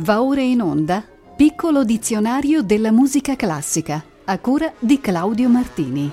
Va ora in onda Piccolo dizionario della musica classica, a cura di Claudio Martini.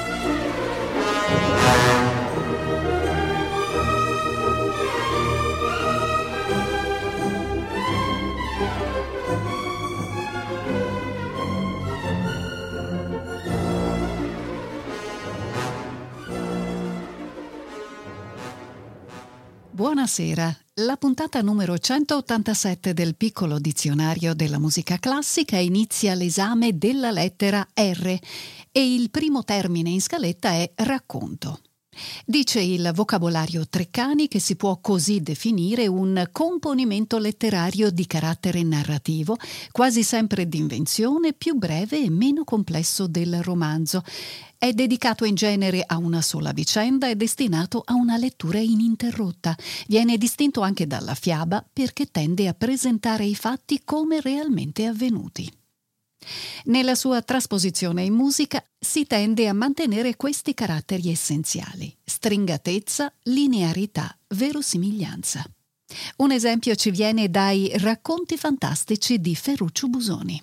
Buonasera. La puntata numero 187 del Piccolo dizionario della musica classica inizia l'esame della lettera R e il primo termine in scaletta è racconto. Dice il vocabolario Treccani che si può così definire un componimento letterario di carattere narrativo, quasi sempre d'invenzione, più breve e meno complesso del romanzo. È dedicato in genere a una sola vicenda e destinato a una lettura ininterrotta. Viene distinto anche dalla fiaba perché tende a presentare i fatti come realmente avvenuti. Nella sua trasposizione in musica si tende a mantenere questi caratteri essenziali: stringatezza, linearità, verosimiglianza. Un esempio ci viene dai Racconti fantastici di Ferruccio Busoni.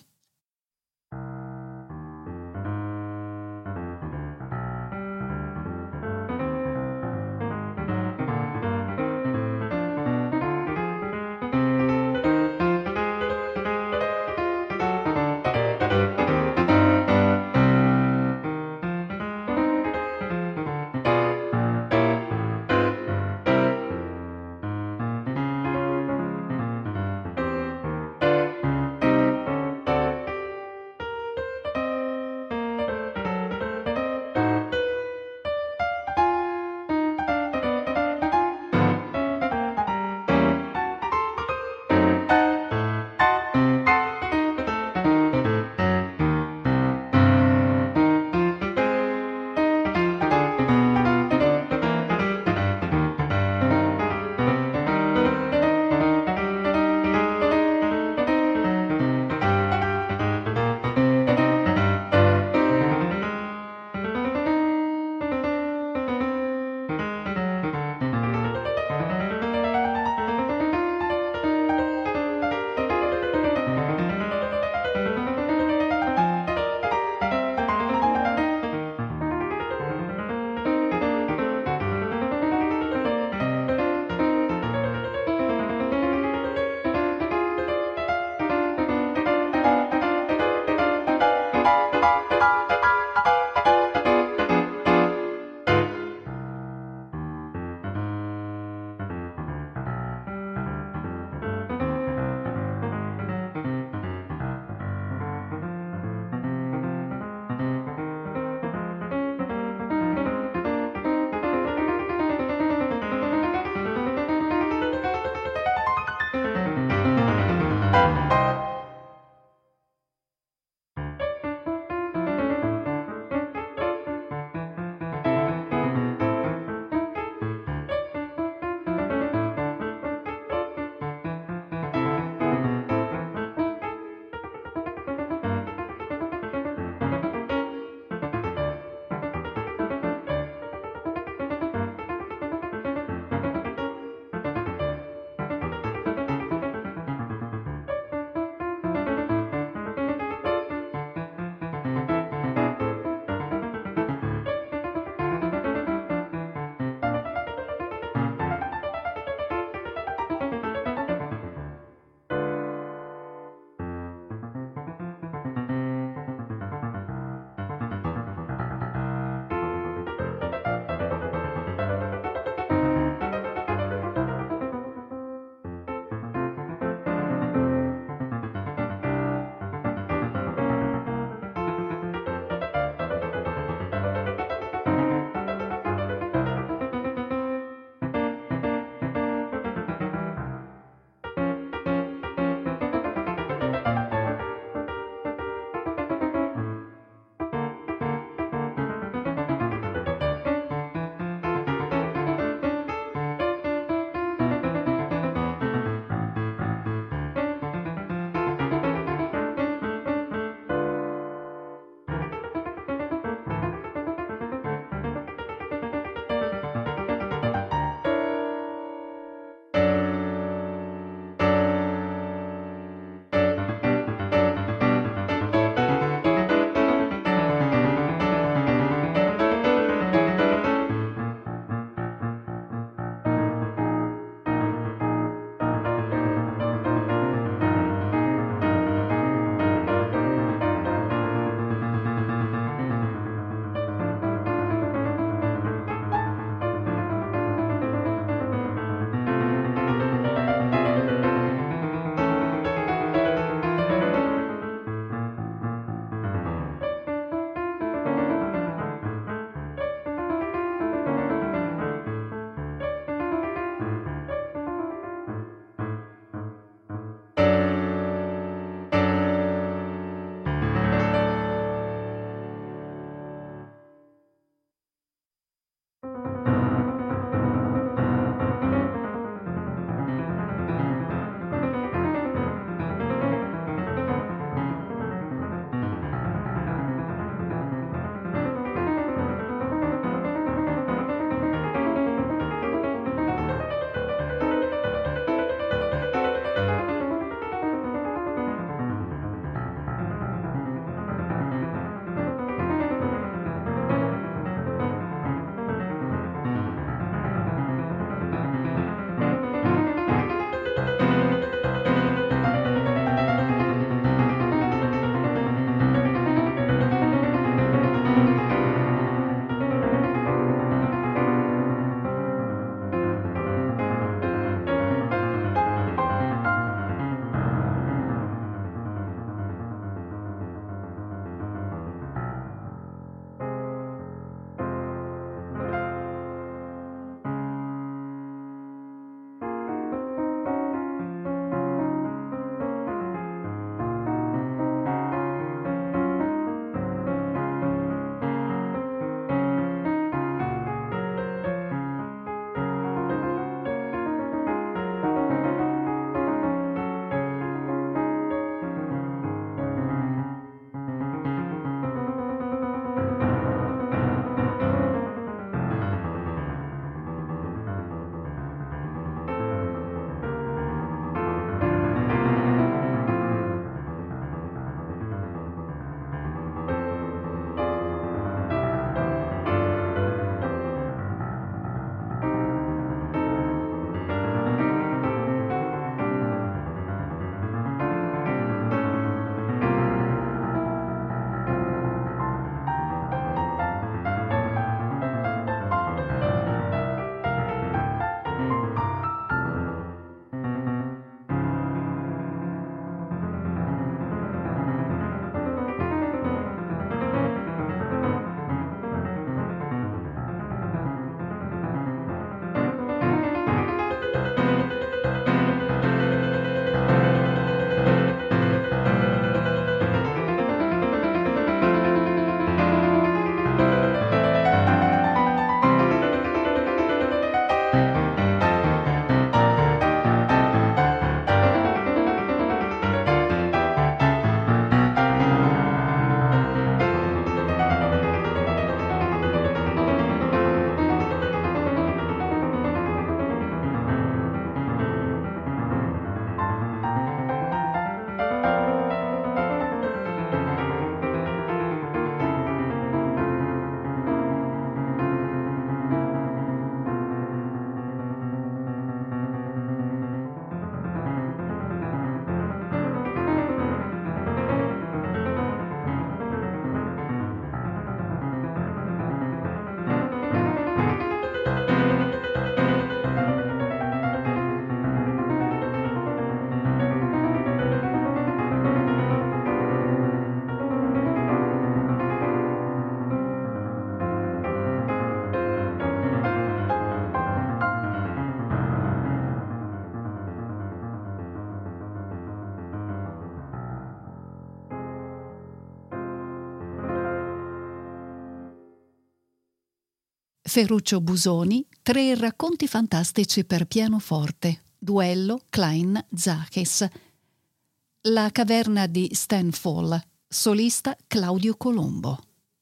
Ferruccio Busoni, 3 racconti fantastici per pianoforte, duello Klein-Zaches. La caverna di Stanfall, solista Claudio Colombo.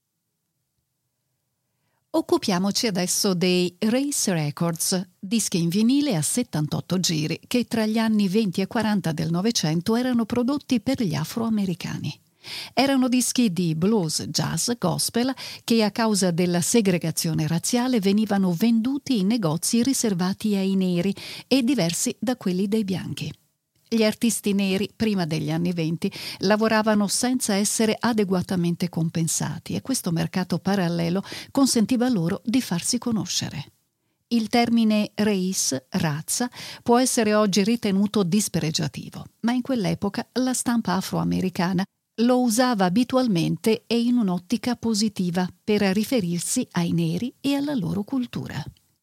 Occupiamoci adesso dei Race Records, dischi in vinile a 78 giri che tra gli anni 20 e 40 del Novecento erano prodotti per gli afroamericani. Erano dischi di blues, jazz, gospel che a causa della segregazione razziale venivano venduti in negozi riservati ai neri e diversi da quelli dei bianchi. Gli artisti neri, prima degli anni 20, lavoravano senza essere adeguatamente compensati e questo mercato parallelo consentiva loro di farsi conoscere. Il termine race, razza, può essere oggi ritenuto dispregiativo, ma in quell'epoca la stampa afroamericana lo usava abitualmente e in un'ottica positiva per riferirsi ai neri e alla loro cultura.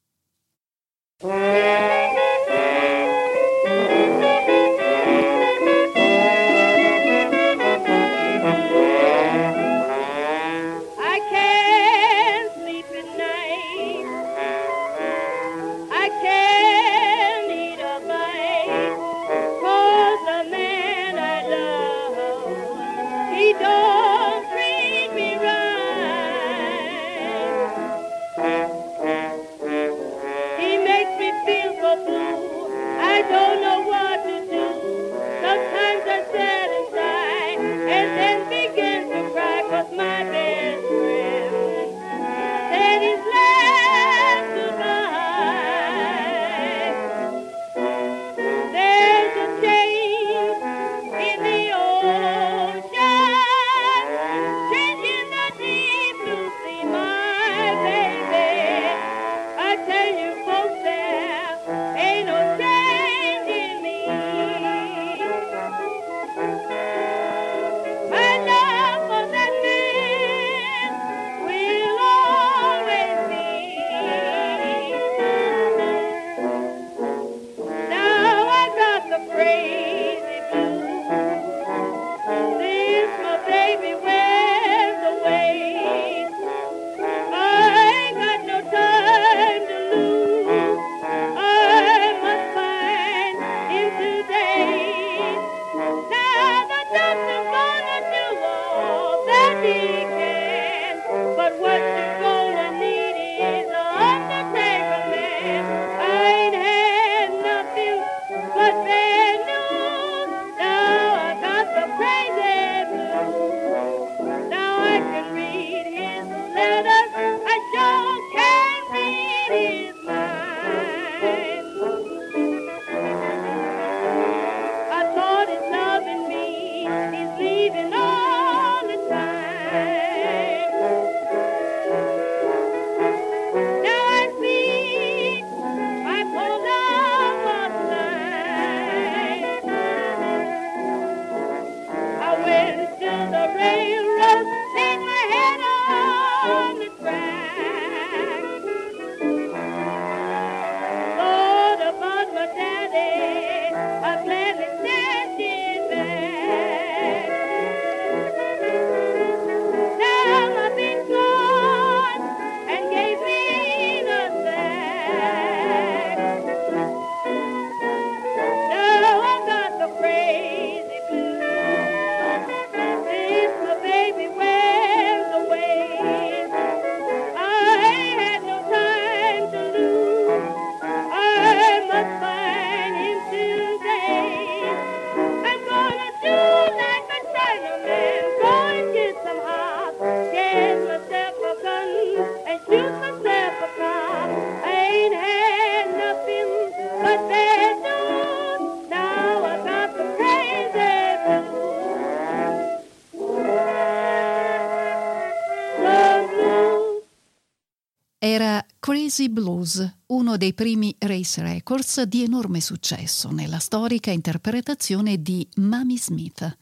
Era Crazy Blues, uno dei primi Race Records di enorme successo nella storica interpretazione di Mamie Smith.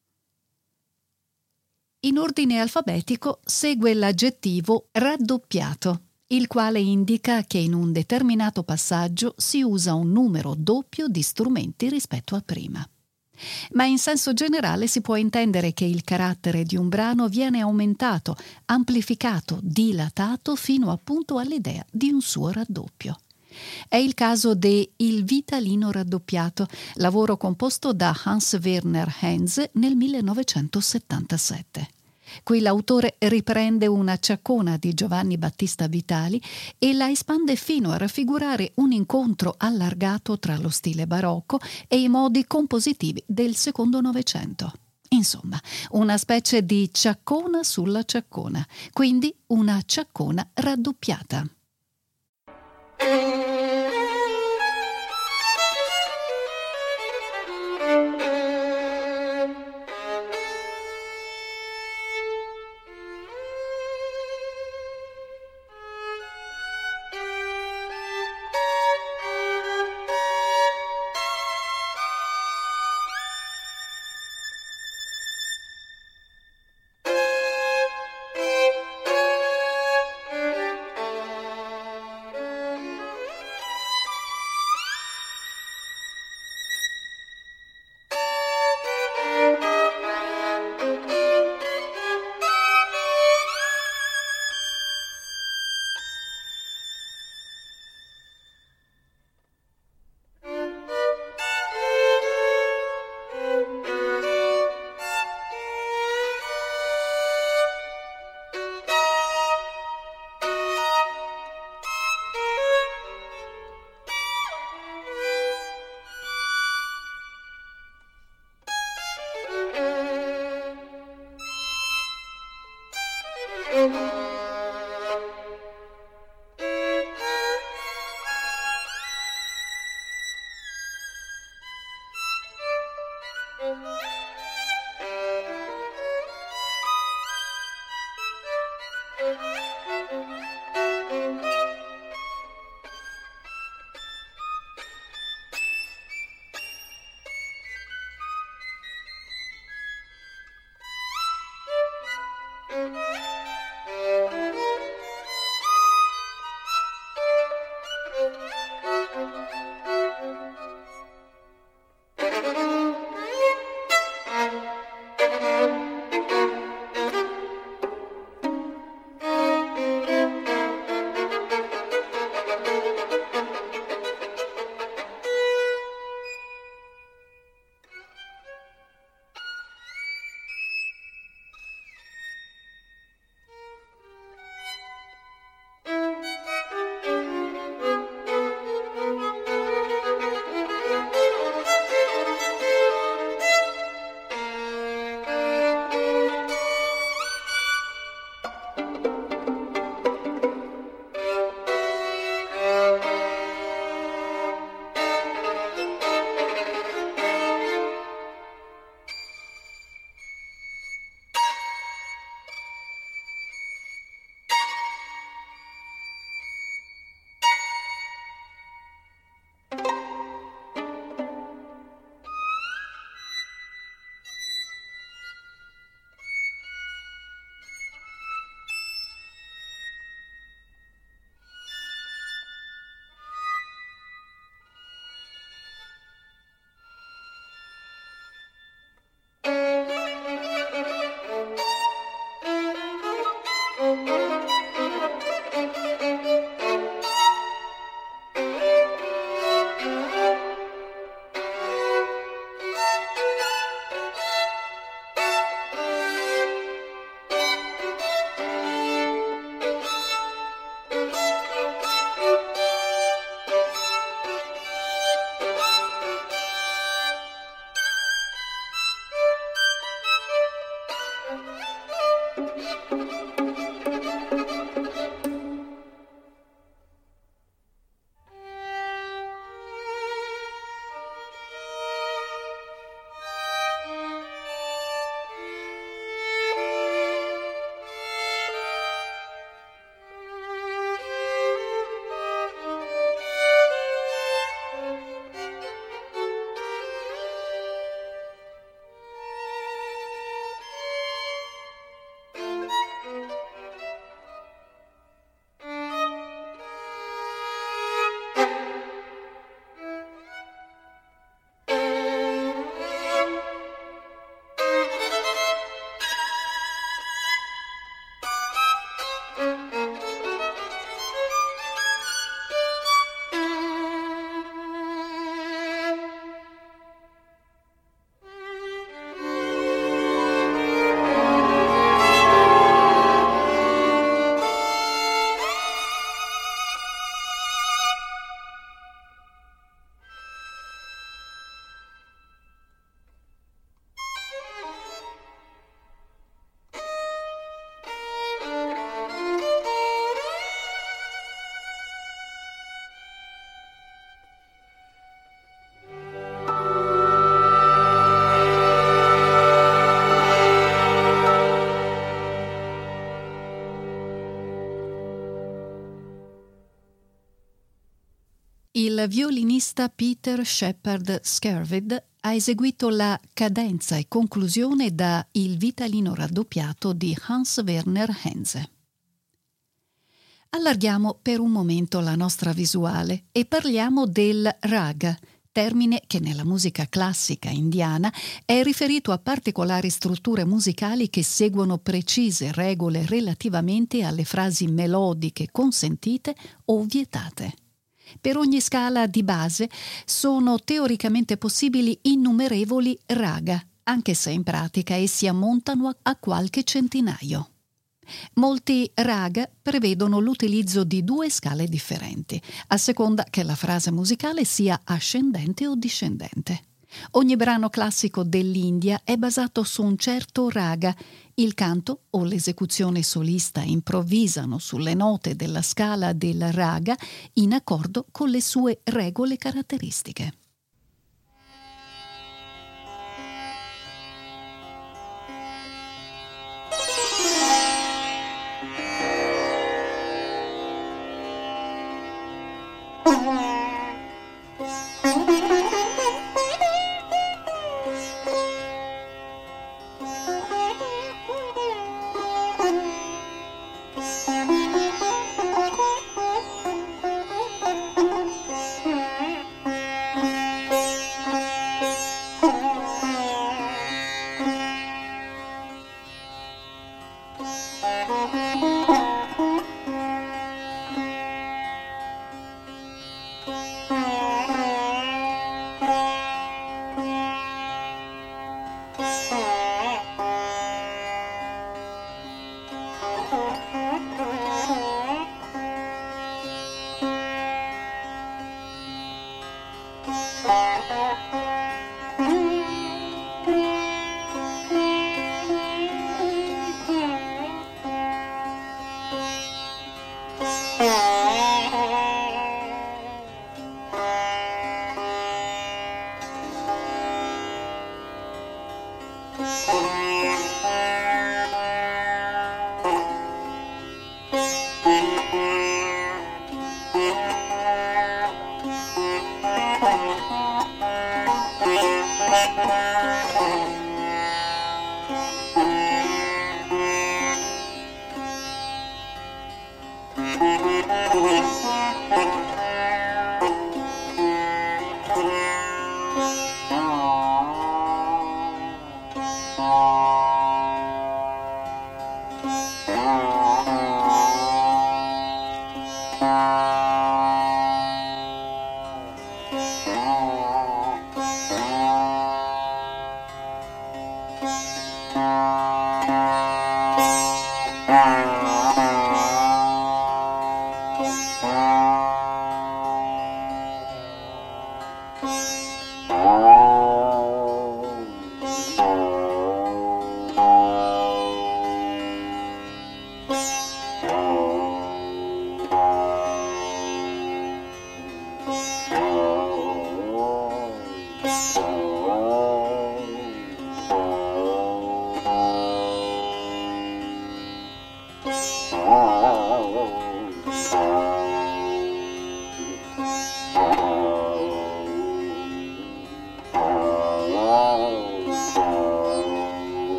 In ordine alfabetico segue l'aggettivo raddoppiato, il quale indica che in un determinato passaggio si usa un numero doppio di strumenti rispetto a prima. Ma in senso generale si può intendere che il carattere di un brano viene aumentato, amplificato, dilatato fino appunto all'idea di un suo raddoppio. È il caso de Il Vitalino raddoppiato, lavoro composto da Hans Werner Henze nel 1977. Qui l'autore riprende una ciaccona di Giovanni Battista Vitali e la espande fino a raffigurare un incontro allargato tra lo stile barocco e i modi compositivi del secondo Novecento. Insomma, una specie di ciaccona sulla ciaccona, quindi una ciaccona raddoppiata. Il violinista Peter Shepard Skervid ha eseguito la cadenza e conclusione da Il Vitalino raddoppiato di Hans Werner Henze. Allarghiamo per un momento la nostra visuale e parliamo del raga, termine che nella musica classica indiana è riferito a particolari strutture musicali che seguono precise regole relativamente alle frasi melodiche consentite o vietate. Per ogni scala di base sono teoricamente possibili innumerevoli raga, anche se in pratica essi ammontano a qualche centinaio. Molti raga prevedono l'utilizzo di 2 scale differenti, a seconda che la frase musicale sia ascendente o discendente. Ogni brano classico dell'India è basato su un certo raga. Il canto o l'esecuzione solista improvvisano sulle note della scala del raga in accordo con le sue regole caratteristiche.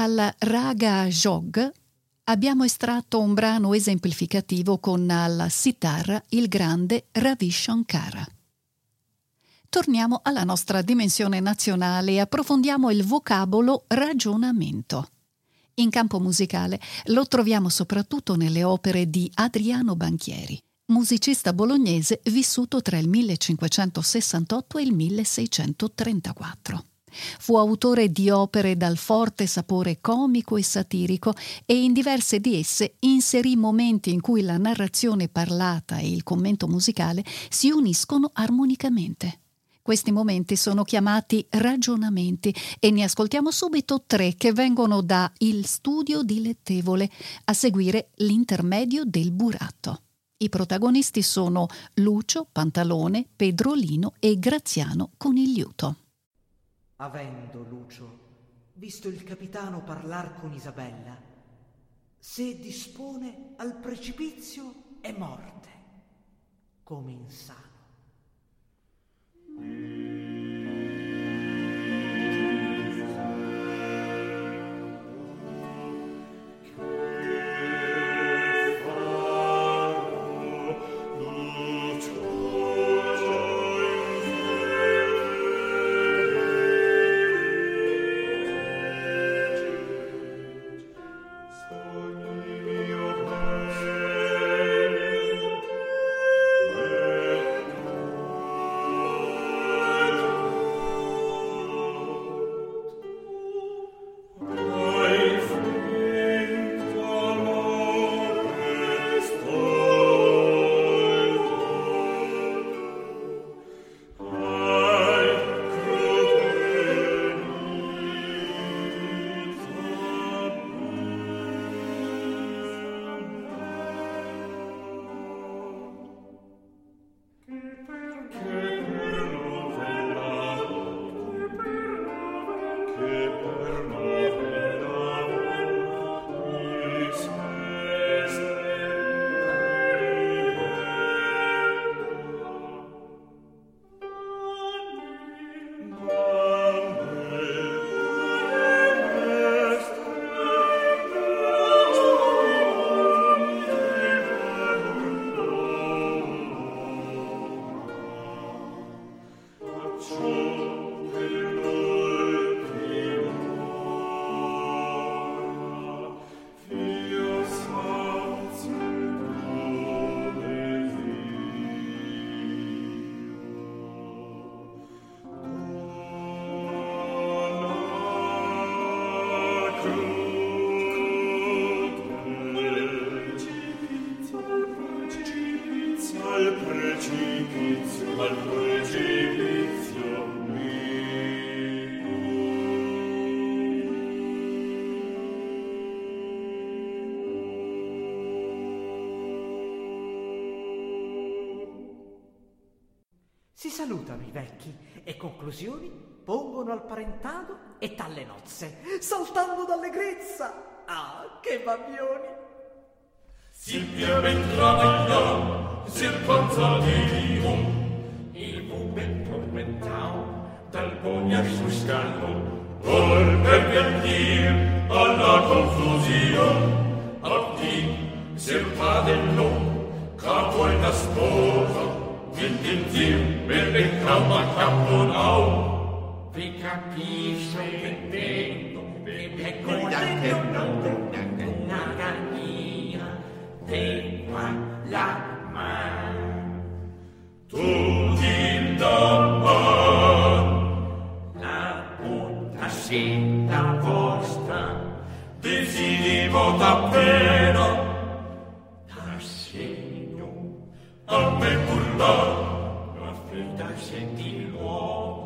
Dal Raga Jog abbiamo estratto un brano esemplificativo con al sitar il grande Ravi Shankar. Torniamo alla nostra dimensione nazionale e approfondiamo il vocabolo ragionamento. In campo musicale lo troviamo soprattutto nelle opere di Adriano Banchieri, musicista bolognese vissuto tra il 1568 e il 1634. Fu autore di opere dal forte sapore comico e satirico e in diverse di esse inserì momenti in cui la narrazione parlata e il commento musicale si uniscono armonicamente. Questi momenti sono chiamati ragionamenti e ne ascoltiamo subito 3 che vengono da Il studio dilettevole, a seguire l'intermedio del Buratto. I protagonisti sono Lucio, Pantalone, Pedrolino e Graziano Conigliuto. Avendo Lucio visto il capitano parlar con Isabella, se dispone al precipizio è morte, come insano. Si salutano i vecchi e conclusioni pongono al parentado e talle nozze, saltando d'allegrezza. Ah, che babbioni! Simpiamente travagliò, circonzadino, il momento tormentao, dal pugno sul scallo, or per venir alla confusione, a chi sir padello, capo e da sposa, intendiu per le calma caponau. Vi capisco intendo, vi pecco d'alternando una gania, te qua la man. Tutti da man, la punta scelta vostra, desidero davvero, da segno a me burlar, affida l'uomo.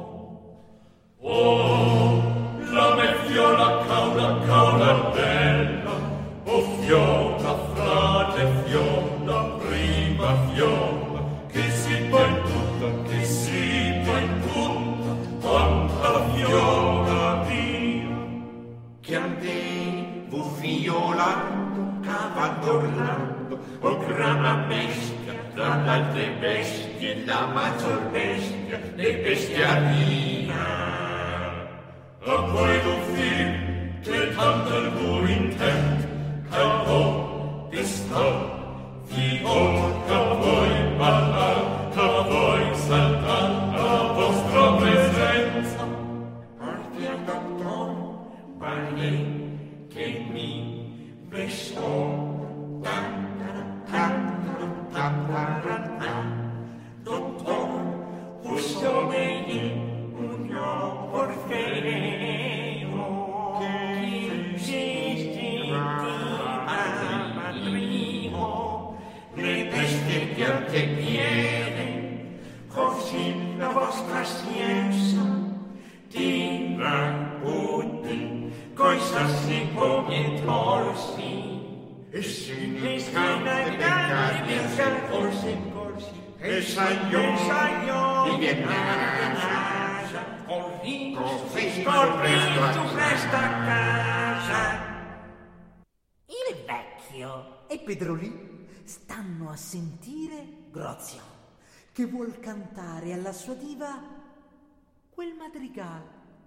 Oh, la me fiola caula bella, oh fiola frate fiola, prima fiola, che si va in tutta, quanta la fiola mia, che andevo fiolando, cavandorlando, oh grana bestia, tra le altre bestie, la maggior bestia, le bestia mia. A poi d'un film, der Handel nur intent, kein Hoch ist Hoch, wie Hoch, Cavoi, Balla, Cavoi, Saltan, a vostra presenza. Partia dottor, Barnier, che mi bestò, dottor, justo vedi un io orfeo, che insisti a madrino, le bestie piante piede, così la vostra scienza ti racconti, coi sassi come torsi, e si incanta corsi, e saglio, di Vietnam, corri tu presto a casa. Il vecchio e Pedrolì stanno a sentire Grozio, che vuol cantare alla sua diva quel madrigal,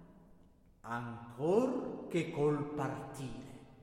ancor che col partire.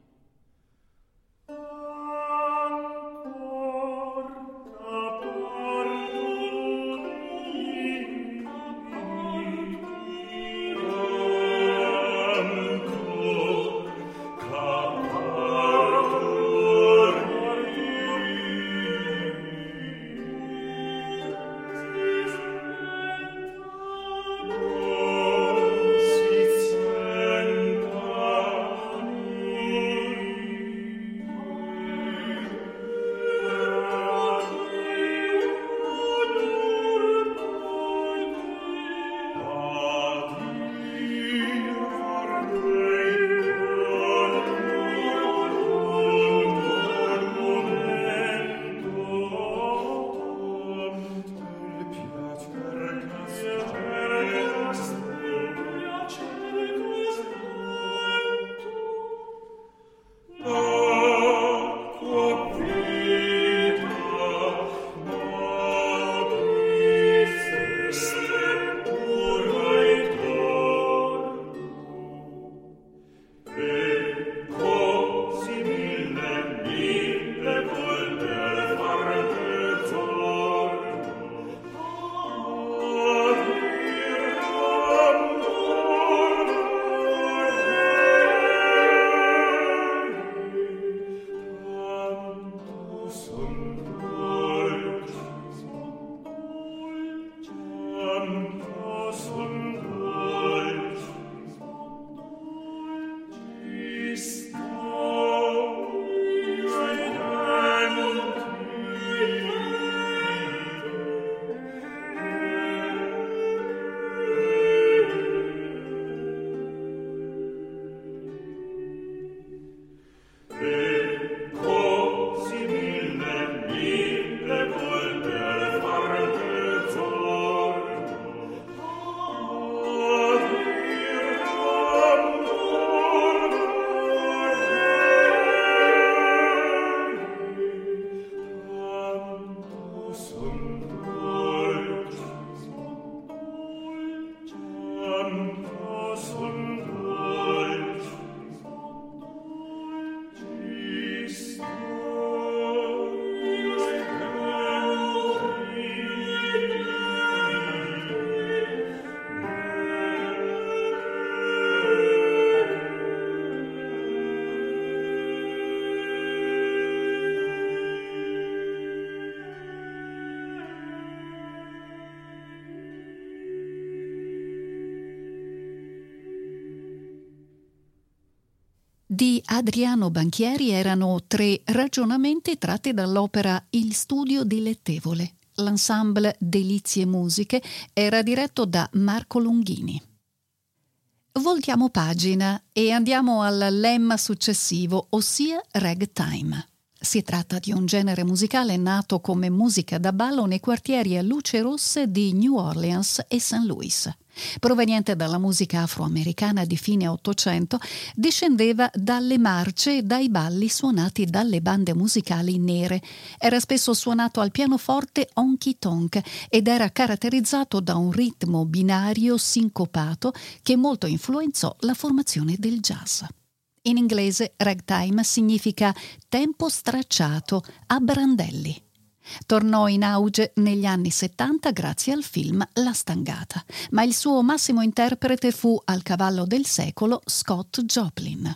Di Adriano Banchieri erano 3 ragionamenti tratti dall'opera Il studio dilettevole. L'ensemble Delizie Musiche era diretto da Marco Longhini. Voltiamo pagina e andiamo al lemma successivo, ossia ragtime. Si tratta di un genere musicale nato come musica da ballo nei quartieri a luce rosse di New Orleans e St. Louis. Proveniente dalla musica afroamericana di fine Ottocento, discendeva dalle marce e dai balli suonati dalle bande musicali nere. Era spesso suonato al pianoforte honky tonk ed era caratterizzato da un ritmo binario sincopato che molto influenzò la formazione del jazz. In inglese ragtime significa tempo stracciato a brandelli. Tornò in auge negli anni 70 grazie al film La Stangata, ma il suo massimo interprete fu al cavallo del secolo Scott Joplin.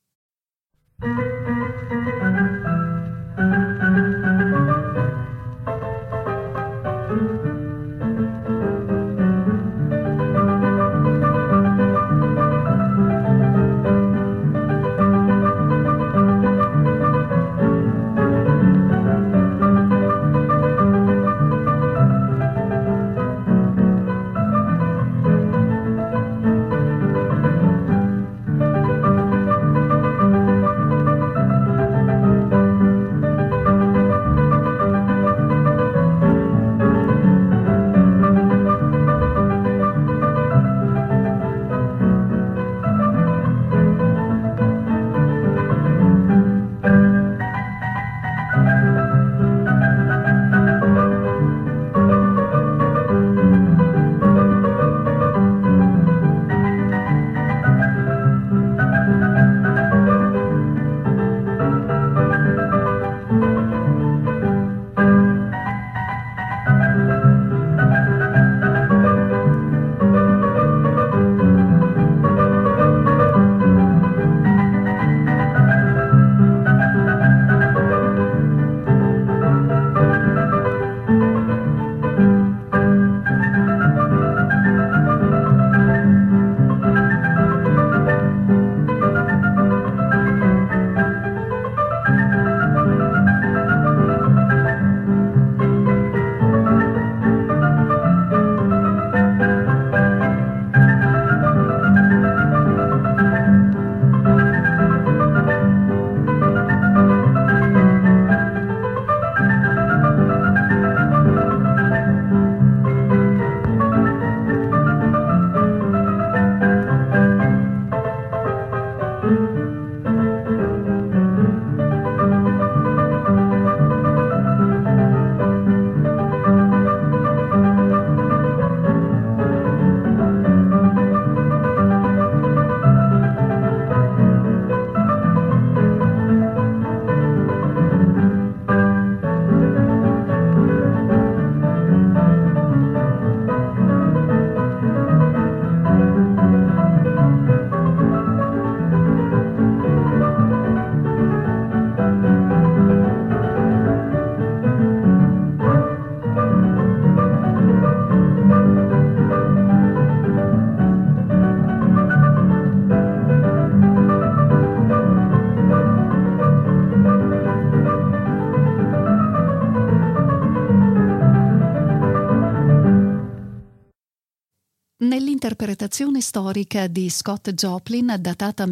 Nell'interpretazione storica di Scott Joplin, datata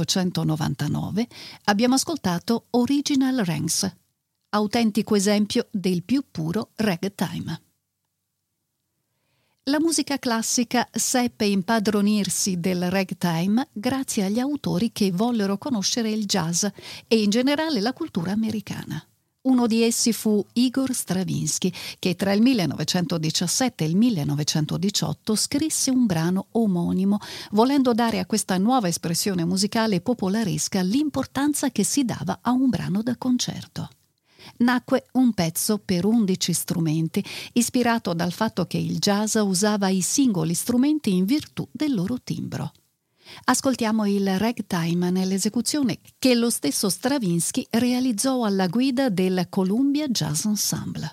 1899, abbiamo ascoltato Original Ranks, autentico esempio del più puro ragtime. La musica classica seppe impadronirsi del ragtime grazie agli autori che vollero conoscere il jazz e in generale la cultura americana. Uno di essi fu Igor Stravinsky, che tra il 1917 e il 1918 scrisse un brano omonimo, volendo dare a questa nuova espressione musicale popolaresca l'importanza che si dava a un brano da concerto. Nacque un pezzo per 11 strumenti, ispirato dal fatto che il jazz usava i singoli strumenti in virtù del loro timbro. Ascoltiamo il ragtime nell'esecuzione che lo stesso Stravinsky realizzò alla guida del Columbia Jazz Ensemble.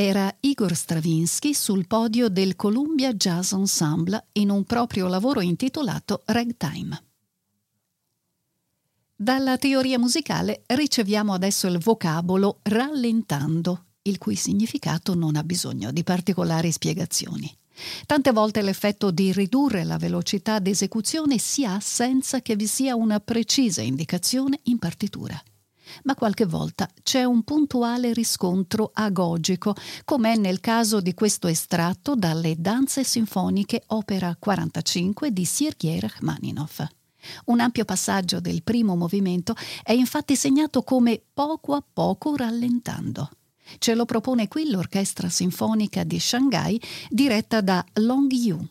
era Igor Stravinsky sul podio del Columbia Jazz Ensemble in un proprio lavoro intitolato Ragtime. Dalla teoria musicale riceviamo adesso il vocabolo rallentando, il cui significato non ha bisogno di particolari spiegazioni. Tante volte l'effetto di ridurre la velocità d'esecuzione si ha senza che vi sia una precisa indicazione in partitura. Ma qualche volta c'è un puntuale riscontro agogico, come è nel caso di questo estratto dalle Danze sinfoniche opera 45 di Sergei Rachmaninov. Un ampio passaggio del primo movimento è infatti segnato come poco a poco rallentando. Ce lo propone qui l'Orchestra Sinfonica di Shanghai, diretta da Long Yu.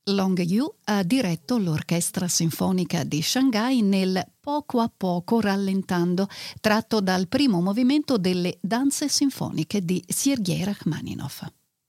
Long Yu ha diretto l'Orchestra Sinfonica di Shanghai nel Poco a poco rallentando, tratto dal primo movimento delle Danze sinfoniche di Sergei Rachmaninov.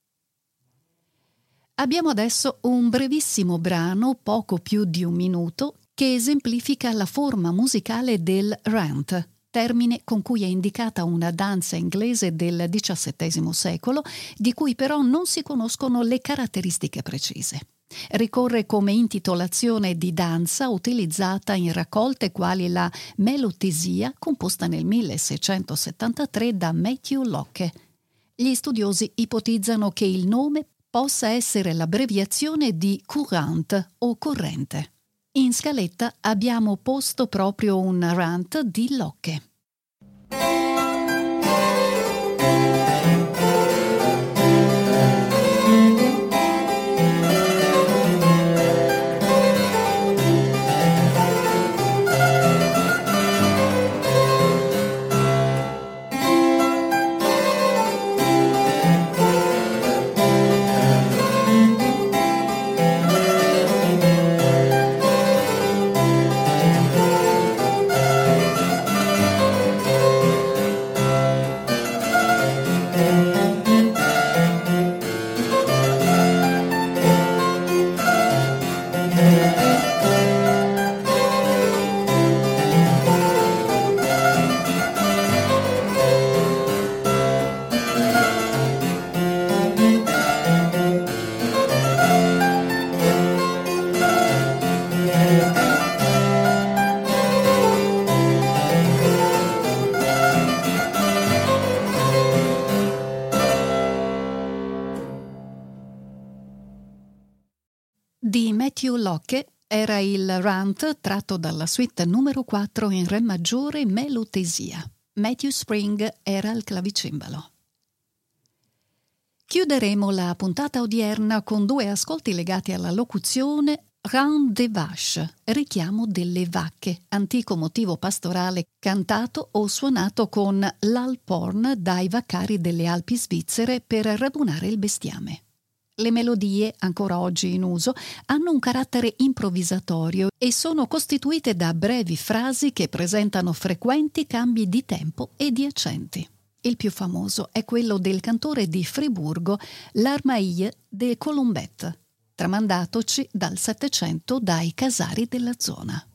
Abbiamo adesso un brevissimo brano, poco più di un minuto, che esemplifica la forma musicale del rant, termine con cui è indicata una danza inglese del XVII secolo, di cui però non si conoscono le caratteristiche precise. Ricorre come intitolazione di danza utilizzata in raccolte quali la Melotesia, composta nel 1673 da Matthew Locke. Gli studiosi ipotizzano che il nome possa essere l'abbreviazione di courant o corrente. In scaletta abbiamo posto proprio un rant di Locke. Di Matthew Locke era il rant tratto dalla suite numero 4 in Re maggiore Melotesia. Matthew Spring era il clavicembalo. Chiuderemo la puntata odierna con 2 ascolti legati alla locuzione Round des Vaches, richiamo delle vacche, antico motivo pastorale cantato o suonato con l'alphorn dai vaccari delle Alpi svizzere per radunare il bestiame. Le melodie, ancora oggi in uso, hanno un carattere improvvisatorio e sono costituite da brevi frasi che presentano frequenti cambi di tempo e di accenti. Il più famoso è quello del cantore di Friburgo, l'Armaille de Colombet, tramandatoci dal Settecento dai casari della zona.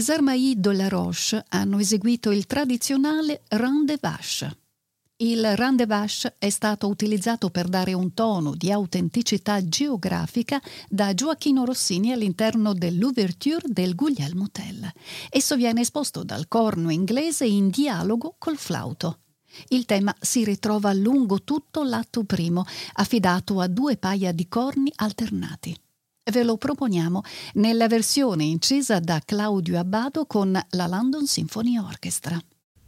Les Armailles de la Roche hanno eseguito il tradizionale Rhin des Vaches. Il Rhin des Vaches è stato utilizzato per dare un tono di autenticità geografica da Gioachino Rossini all'interno dell'ouverture del Guglielmo Tell. Esso viene esposto dal corno inglese in dialogo col flauto. Il tema si ritrova lungo tutto l'atto primo, affidato a 2 paia di corni alternati. Ve lo proponiamo nella versione incisa da Claudio Abbado con la London Symphony Orchestra.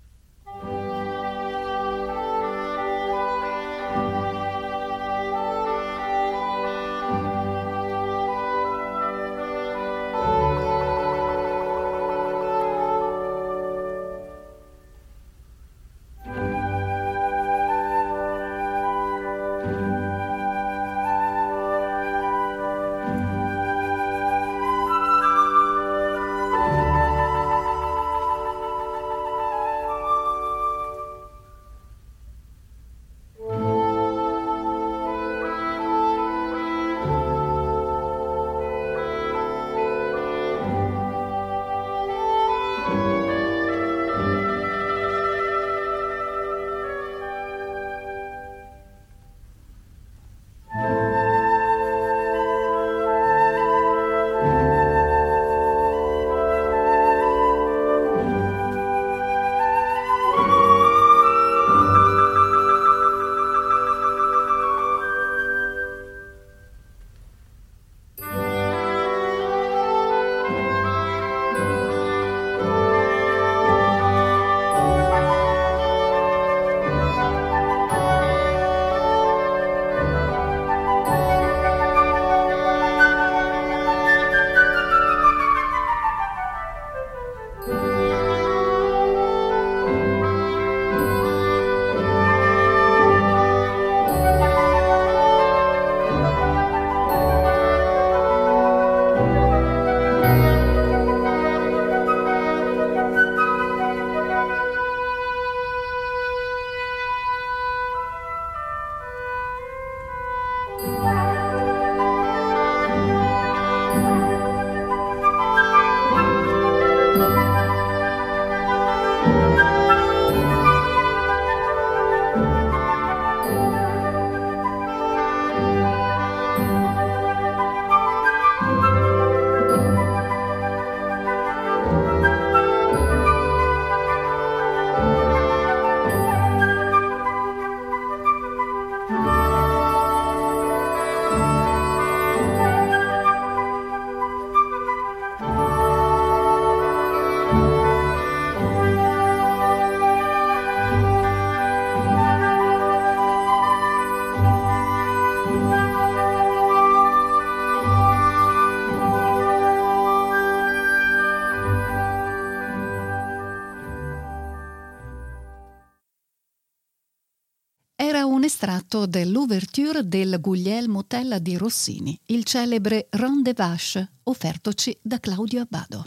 Estratto dell'ouverture del Guglielmo Tell di Rossini, il celebre Rhin des Vaches, offertoci da Claudio Abbado.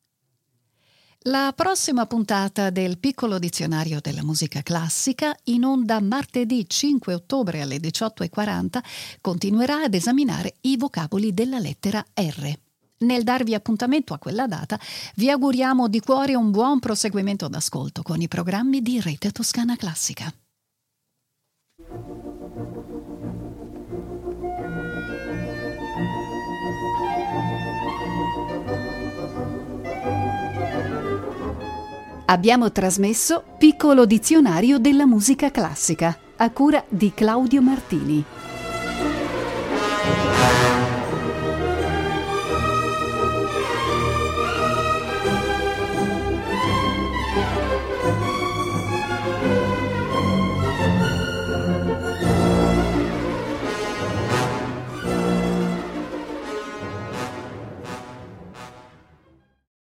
La prossima puntata del Piccolo Dizionario della Musica Classica, in onda martedì 5 ottobre alle 18:40, continuerà ad esaminare i vocaboli della lettera R. Nel darvi appuntamento a quella data, vi auguriamo di cuore un buon proseguimento d'ascolto con i programmi di Rete Toscana Classica. Abbiamo trasmesso Piccolo Dizionario della Musica Classica, a cura di Claudio Martini.